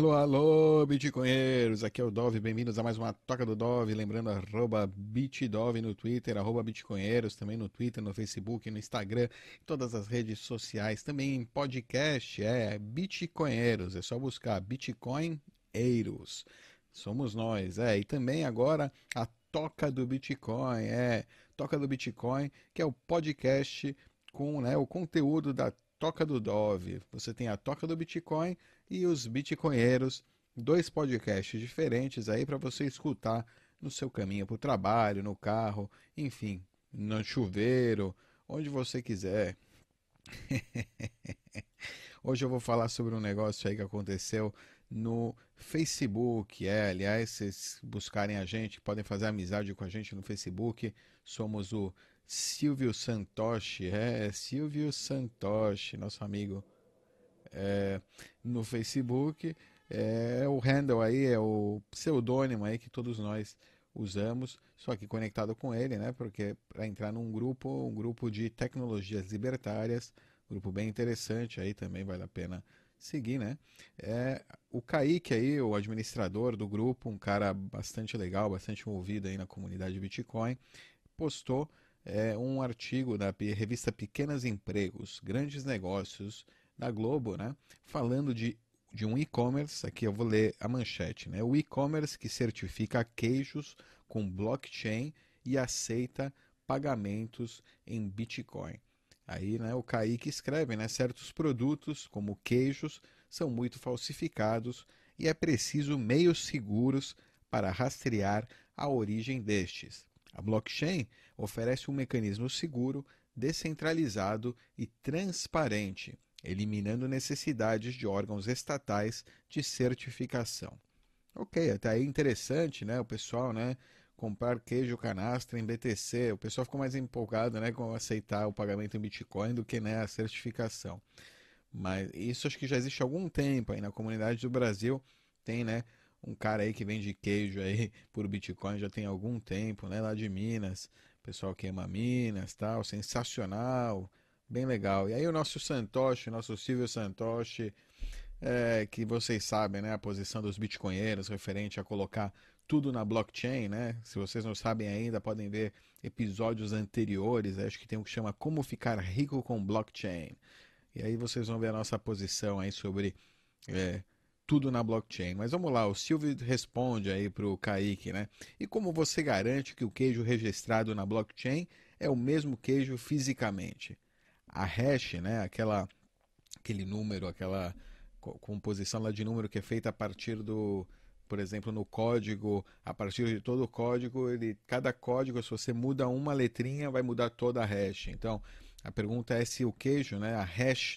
Alô, alô, bitcoinheiros, aqui é o Dove, bem-vindos a mais uma Toca do Dove, lembrando, @bitdove no Twitter, @bitcoinheiros, também no Twitter, no Facebook, no Instagram, em todas as redes sociais, também em podcast, Bitcoinheiros, é só buscar Bitcoinheiros, somos nós, e também agora a Toca do Bitcoin, Toca do Bitcoin, que é o podcast com, né, o conteúdo da Toca do Dove, você tem a Toca do Bitcoin e os Bitcoinheiros, dois podcasts diferentes aí para você escutar no seu caminho para o trabalho, no carro, enfim, no chuveiro, onde você quiser. Hoje eu vou falar sobre um negócio aí que aconteceu no Facebook. Aliás, vocês buscarem a gente, podem fazer amizade com a gente no Facebook. Somos o Silvio Santoshi, Silvio Santoshi, nosso amigo no Facebook. O handle aí, é o pseudônimo aí que todos nós usamos, só que conectado com ele, né? Porque para entrar num grupo, um grupo de tecnologias libertárias, grupo bem interessante aí também vale a pena seguir, né? O Kaique aí, o administrador do grupo, um cara bastante legal, bastante envolvido aí na comunidade Bitcoin, postou um artigo da revista Pequenos Empregos, Grandes Negócios da Globo, né? Falando de um e-commerce, aqui eu vou ler a manchete, né? O e-commerce que certifica queijos com blockchain e aceita pagamentos em Bitcoin. Aí, né, o Kaique escreve, né, certos produtos, como queijos, são muito falsificados e é preciso meios seguros para rastrear a origem destes. A blockchain oferece um mecanismo seguro, descentralizado e transparente, eliminando necessidades de órgãos estatais de certificação. Ok, até aí interessante, né? O pessoal, né? Comprar queijo canastra em BTC. O pessoal ficou mais empolgado, né? Com aceitar o pagamento em Bitcoin do que, né, a certificação. Mas isso acho que já existe há algum tempo aí na comunidade do Brasil. Tem, né? Um cara aí que vende queijo aí por Bitcoin já tem algum tempo, né? Lá de Minas. O pessoal queima Minas, tal. Sensacional. Bem legal. E aí o nosso Santoshi, nosso Silvio Santoshi, que vocês sabem, né, a posição dos bitcoinheiros referente a colocar tudo na blockchain, né? Se vocês não sabem ainda, podem ver episódios anteriores, acho que tem um que chama Como Ficar Rico com Blockchain. E aí vocês vão ver a nossa posição aí sobre é, tudo na blockchain. Mas vamos lá, o Silvio responde aí para o Kaique, né? E como você garante que o queijo registrado na blockchain é o mesmo queijo fisicamente? A hash, né, aquele número, aquela composição lá de número que é feita a partir do, por exemplo, no código, a partir de todo o código, cada código, se você muda uma letrinha, vai mudar toda a hash. Então, a pergunta é se o queijo, né, a hash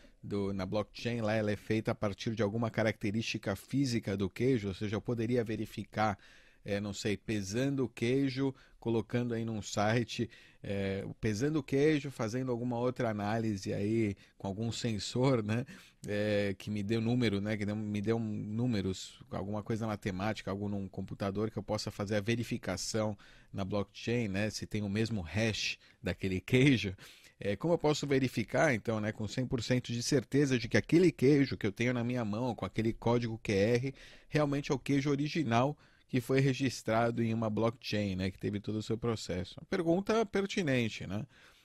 na blockchain lá, ela é feita a partir de alguma característica física do queijo, ou seja, eu poderia verificar, não sei, pesando o queijo, colocando aí num site, pesando o queijo, fazendo alguma outra análise aí com algum sensor, né, que me deu número, né, que me deu números, alguma coisa matemática, algo num computador que eu possa fazer a verificação na blockchain, né, se tem o mesmo hash daquele queijo. Como eu posso verificar, então, né, com 100% de certeza de que aquele queijo que eu tenho na minha mão, com aquele código QR, realmente é o queijo original que foi registrado em uma blockchain, né, que teve todo o seu processo? Uma pergunta pertinente, né?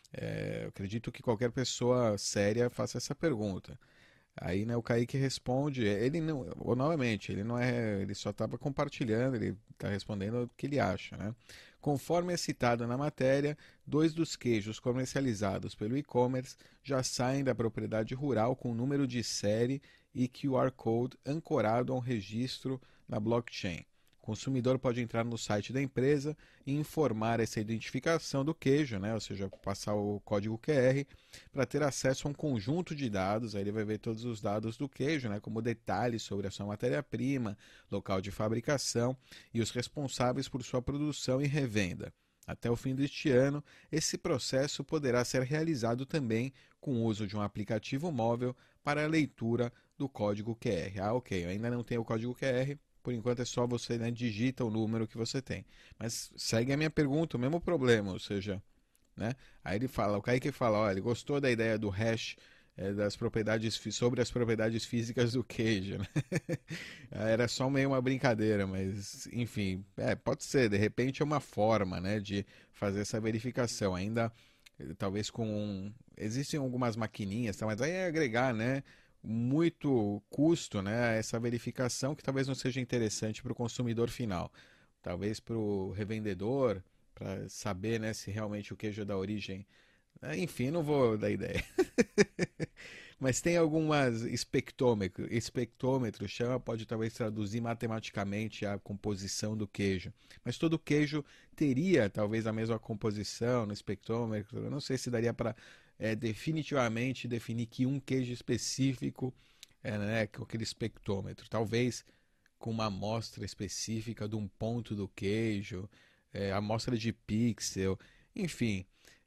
Eu acredito que qualquer pessoa séria faça essa pergunta. Aí, né, o Kaique responde, ele não, ou novamente, ele não é, ele só estava compartilhando, ele está respondendo o que ele acha, né? Conforme é citado na matéria, dois dos queijos comercializados pelo e-commerce já saem da propriedade rural com número de série e QR Code ancorado a um registro na blockchain. O consumidor pode entrar no site da empresa e informar essa identificação do queijo, né? Ou seja, passar o código QR para ter acesso a um conjunto de dados. Aí ele vai ver todos os dados do queijo, né? Como detalhes sobre a sua matéria-prima, local de fabricação e os responsáveis por sua produção e revenda. Até o fim deste ano, esse processo poderá ser realizado também com o uso de um aplicativo móvel para a leitura do código QR. Ah, ok, eu ainda não tenho o código QR, por enquanto é só você, né, digita o número que você tem. Mas segue a minha pergunta, o mesmo problema, ou seja, né? Aí ele fala, o Kaique fala, olha, ele gostou da ideia do hash das propriedades, sobre as propriedades físicas do queijo, né? Era só meio uma brincadeira, mas enfim, pode ser, de repente é uma forma, né, de fazer essa verificação. Ainda, talvez existem algumas maquininhas, tá, mas aí é agregar, né, muito custo, né, a essa verificação que talvez não seja interessante para o consumidor final. Talvez para o revendedor, para saber, né, se realmente o queijo é da origem. Enfim, não vou dar ideia. Mas tem algumas espectrômetro chama, pode talvez traduzir matematicamente a composição do queijo. Mas todo queijo teria talvez a mesma composição no espectrômetro. Eu não sei se daria para definitivamente definir que um queijo específico né, com aquele espectrômetro. Talvez com uma amostra específica de um ponto do queijo, amostra de pixel, enfim.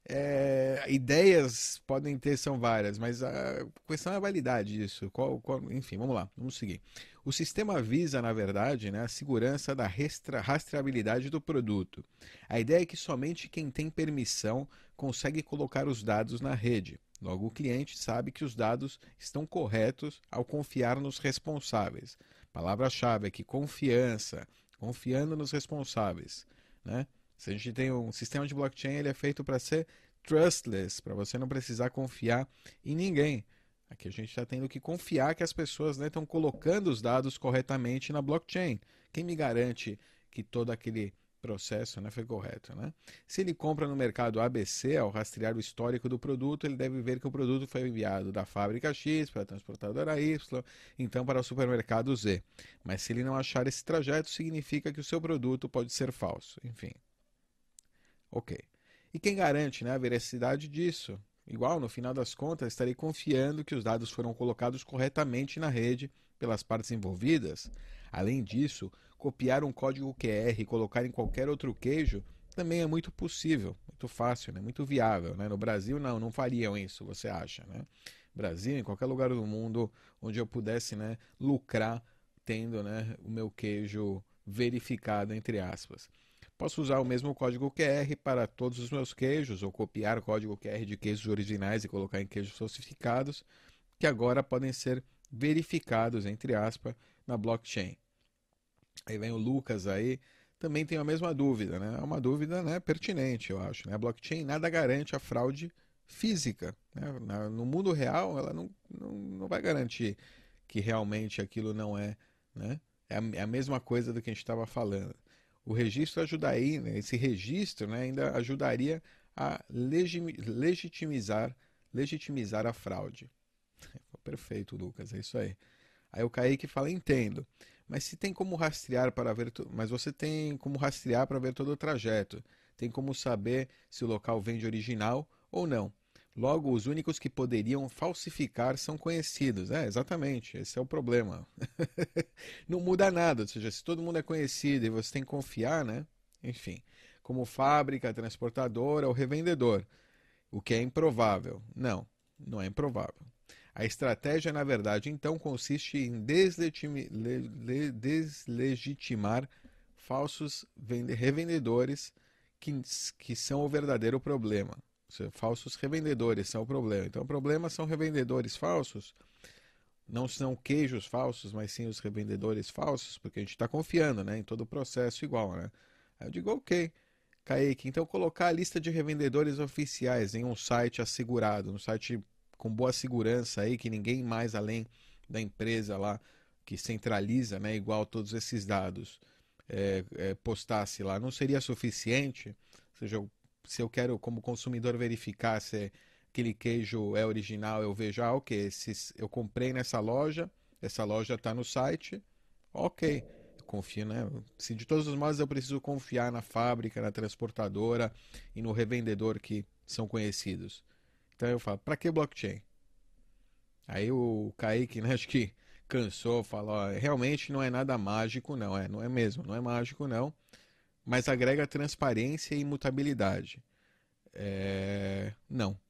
Ideias podem ter, são várias, mas a questão é a validade disso. Enfim, vamos lá, vamos seguir. O sistema visa, na verdade, né, a segurança da rastreabilidade do produto. A ideia é que somente quem tem permissão consegue colocar os dados na rede. Logo, o cliente sabe que os dados estão corretos ao confiar nos responsáveis. Palavra-chave aqui, confiança, confiando nos responsáveis, né? Se a gente tem um sistema de blockchain, ele é feito para ser trustless, para você não precisar confiar em ninguém. Aqui a gente está tendo que confiar que as pessoas, né, estão colocando os dados corretamente na blockchain. Quem me garante que todo aquele processo, né, foi correto, né? Se ele compra no mercado ABC, ao rastrear o histórico do produto, ele deve ver que o produto foi enviado da fábrica X para a transportadora Y, então para o supermercado Z. Mas se ele não achar esse trajeto, significa que o seu produto pode ser falso. Enfim. Ok. E quem garante, né, a veracidade disso? Igual, no final das contas, estarei confiando que os dados foram colocados corretamente na rede pelas partes envolvidas. Além disso, copiar um código QR e colocar em qualquer outro queijo também é muito possível, muito fácil, né? Muito viável. Né? No Brasil, não fariam isso, você acha, né? Brasil, em qualquer lugar do mundo onde eu pudesse, né, lucrar tendo, né, o meu queijo verificado, entre aspas. Posso usar o mesmo código QR para todos os meus queijos, ou copiar o código QR de queijos originais e colocar em queijos falsificados, que agora podem ser verificados, entre aspas, na blockchain. Aí vem o Lucas aí, também tem a mesma dúvida, né? É uma dúvida, né, pertinente, eu acho. Né? A blockchain nada garante a fraude física. Né? No mundo real, ela não vai garantir que realmente aquilo não é, né? É a mesma coisa do que a gente estava falando. O registro ajudaria, né? Esse registro, né, ainda ajudaria a legitimizar a fraude. Perfeito, Lucas, é isso aí. Aí o Kaique fala, entendo. Mas se tem como rastrear para ver, mas você tem como rastrear para ver todo o trajeto. Tem como saber se o local vem de original ou não. Logo, os únicos que poderiam falsificar são conhecidos. Exatamente, esse é o problema. Não muda nada, ou seja, se todo mundo é conhecido e você tem que confiar, né? Enfim, como fábrica, transportadora ou revendedor, o que é improvável. Não é improvável. A estratégia, na verdade, então, consiste em deslegitimar falsos revendedores que são o verdadeiro problema. Ou seja, falsos revendedores são o problema. Então, o problema são revendedores falsos. Não são queijos falsos, mas sim os revendedores falsos, porque a gente está confiando, né, em todo o processo igual. Né? Aí eu digo, ok, Kaique, então colocar a lista de revendedores oficiais em um site assegurado, um site com boa segurança aí, que ninguém mais além da empresa lá que centraliza, né, igual todos esses dados, postasse lá, não seria suficiente? Ou seja, se eu quero como consumidor verificar se aquele queijo é original, eu vejo, ok, se eu comprei nessa loja, essa loja está no site, ok, eu confio, né? Se de todos os modos eu preciso confiar na fábrica, na transportadora e no revendedor que são conhecidos. Então eu falo, para que blockchain? Aí o Kaique, né, acho que cansou, falou, ó, realmente não é nada mágico, não é mesmo, não é mágico não, mas agrega transparência e imutabilidade. Não.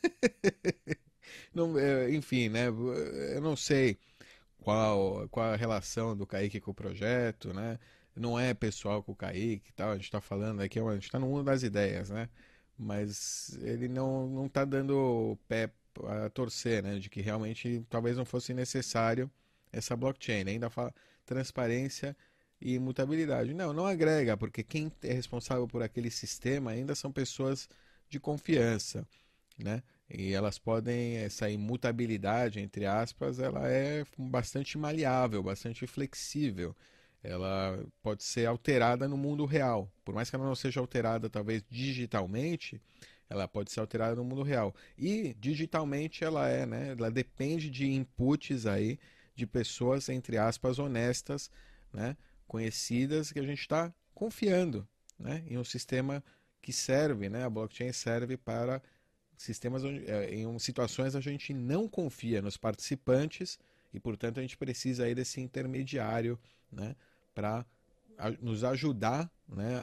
Não, enfim, né, eu não sei qual a relação do Kaique com o projeto, né, não é pessoal com o Kaique e tal, a gente está falando aqui, a gente está no mundo das ideias, né, mas ele não está dando pé a torcer, né, de que realmente talvez não fosse necessário essa blockchain. Ainda fala transparência e imutabilidade. Não, não agrega, porque quem é responsável por aquele sistema ainda são pessoas de confiança, né? E elas podem, essa imutabilidade, entre aspas, ela é bastante maleável, bastante flexível. Ela pode ser alterada no mundo real. Por mais que ela não seja alterada, talvez digitalmente, ela pode ser alterada no mundo real. E digitalmente ela é, né? Ela depende de inputs aí de pessoas, entre aspas, honestas, né? Conhecidas, que a gente está confiando, né? Em um sistema que serve, né? A blockchain serve para sistemas onde, em situações a gente não confia nos participantes e, portanto, a gente precisa aí desse intermediário, né, para nos ajudar, né,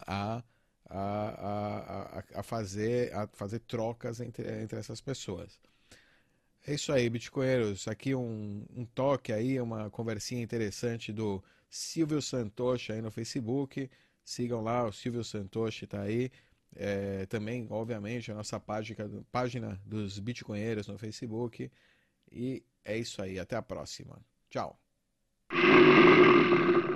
a fazer trocas entre essas pessoas. É isso aí, Bitcoinheiros. Aqui um toque aí, uma conversinha interessante do Silvio Santoshi aí no Facebook. Sigam lá, o Silvio Santoshi está aí. Também, obviamente, a nossa página dos Bitcoinheiros no Facebook. E é isso aí, até a próxima. Tchau.